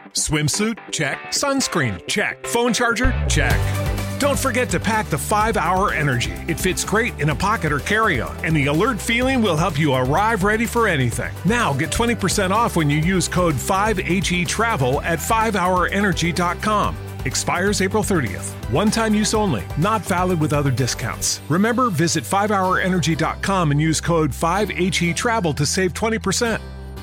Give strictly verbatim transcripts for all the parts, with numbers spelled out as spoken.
Swimsuit? Check. Sunscreen? Check. Phone charger? Check. Don't forget to pack the five hour Energy. It fits great in a pocket or carry-on, and the alert feeling will help you arrive ready for anything. Now get twenty percent off when you use code five H E Travel at five hour energy dot com. Expires April thirtieth. One-time use only. Not valid with other discounts. Remember, visit five hour energy dot com and use code five H E Travel to save twenty percent.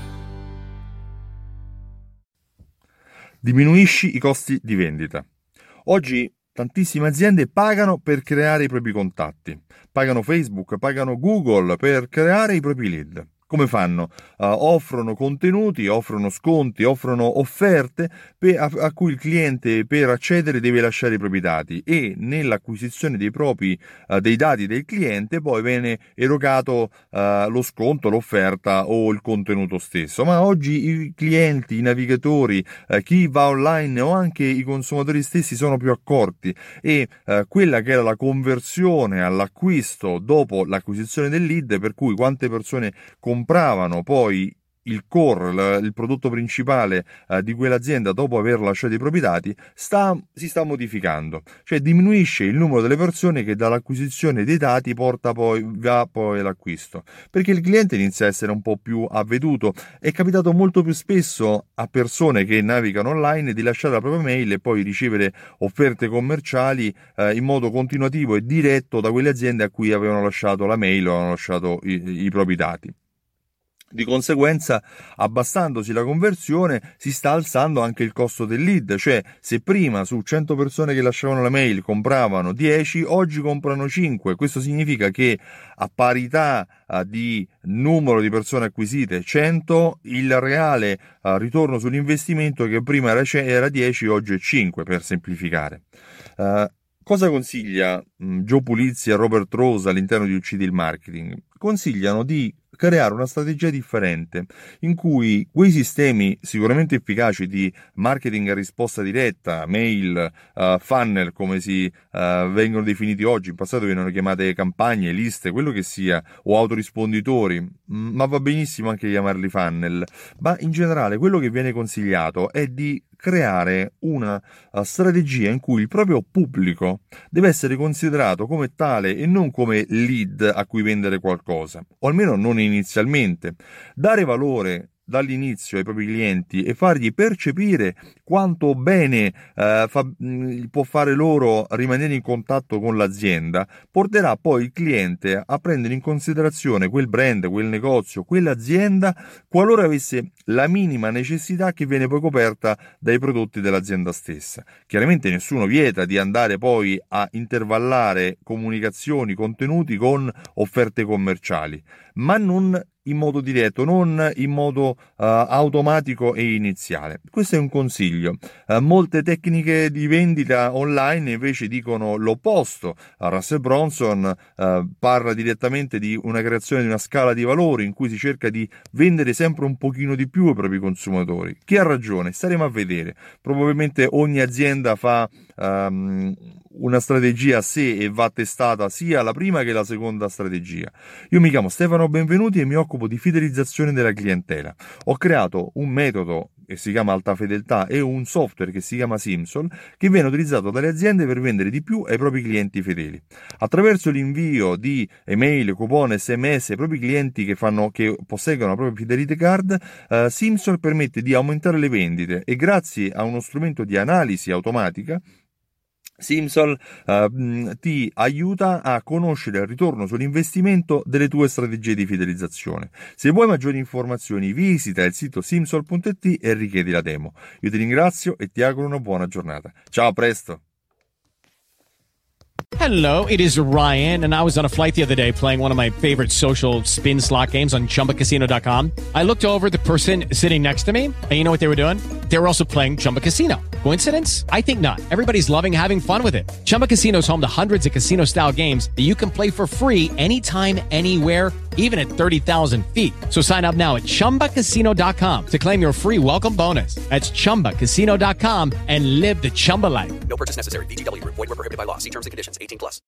Diminuisci i costi di vendita. Oggi tantissime aziende pagano per creare i propri contatti, pagano Facebook, pagano Google per creare i propri lead. Come fanno? Uh, offrono contenuti, offrono sconti, offrono offerte per, a, a cui il cliente per accedere deve lasciare i propri dati, e nell'acquisizione dei propri uh, dei dati del cliente poi viene erogato uh, lo sconto, l'offerta o il contenuto stesso. Ma oggi i clienti, i navigatori, uh, chi va online o anche i consumatori stessi sono più accorti, e uh, quella che era la conversione all'acquisto dopo l'acquisizione del lead, per cui quante persone compravano poi il core, il prodotto principale eh, di quell'azienda dopo aver lasciato i propri dati, sta, si sta modificando, cioè diminuisce il numero delle persone che dall'acquisizione dei dati porta poi va poi all'acquisto, perché il cliente inizia a essere un po' più avveduto. È capitato molto più spesso a persone che navigano online di lasciare la propria mail e poi ricevere offerte commerciali eh, in modo continuativo e diretto da quelle aziende a cui avevano lasciato la mail o avevano lasciato i, i propri dati. Di conseguenza, abbassandosi la conversione, si sta alzando anche il costo del lead, cioè se prima su cento persone che lasciavano la mail compravano dieci, oggi comprano cinque. Questo significa che a parità uh, di numero di persone acquisite, cento, il reale uh, ritorno sull'investimento che prima era, era dieci, oggi è cinque, per semplificare. Uh, Cosa consiglia mh, Joe Pulizzi e Robert Rose all'interno di Uccidi il Marketing? Consigliano di creare una strategia differente in cui quei sistemi sicuramente efficaci di marketing a risposta diretta, mail, uh, funnel come si uh, vengono definiti oggi, in passato venivano chiamate campagne, liste, quello che sia, o autorisponditori, ma va benissimo anche chiamarli funnel, ma in generale quello che viene consigliato è di creare una uh, strategia in cui il proprio pubblico deve essere considerato come tale e non come lead a cui vendere qualcosa, o almeno non inizialmente. Dare valore dall'inizio ai propri clienti e fargli percepire quanto bene eh, fa, mh, può fare loro rimanere in contatto con l'azienda, porterà poi il cliente a prendere in considerazione quel brand, quel negozio, quell'azienda, qualora avesse la minima necessità che viene poi coperta dai prodotti dell'azienda stessa. Chiaramente nessuno vieta di andare poi a intervallare comunicazioni, contenuti con offerte commerciali, ma non in modo diretto, non in modo uh, automatico e iniziale. Questo è un consiglio. Uh, molte tecniche di vendita online invece dicono l'opposto. Uh, Russell Brunson uh, parla direttamente di una creazione di una scala di valori in cui si cerca di vendere sempre un pochino di più ai propri consumatori. Chi ha ragione? Staremo a vedere. Probabilmente ogni azienda fa um, una strategia a sé e va testata sia la prima che la seconda strategia. Io mi chiamo Stefano Benvenuti e mi occupo di fidelizzazione della clientela. Ho creato un metodo che si chiama Alta Fedeltà e un software che si chiama Simsol, che viene utilizzato dalle aziende per vendere di più ai propri clienti fedeli. Attraverso l'invio di email, coupon, sms ai propri clienti che, fanno, che posseggono la propria Fidelity Card, eh, Simsol permette di aumentare le vendite e grazie a uno strumento di analisi automatica Simsol uh, ti aiuta a conoscere il ritorno sull'investimento delle tue strategie di fidelizzazione. Se vuoi maggiori informazioni visita il sito simsol punto it e richiedi la demo. Io ti ringrazio e ti auguro una buona giornata. Ciao, a presto! Hello, it is Ryan, and I was on a flight the other day playing one of my favorite social spin slot games on chumba casino dot com. I looked over at the person sitting next to me, and you know what they were doing? They were also playing Chumba Casino. Coincidence? I think not. Everybody's loving having fun with it. Chumba Casino is home to hundreds of casino-style games that you can play for free anytime, anywhere, even at thirty thousand feet. So sign up now at chumba casino dot com to claim your free welcome bonus. That's chumba casino dot com and live the Chumba life. No purchase necessary. V G W. Void where prohibited by law. See terms and conditions. eighteen plus.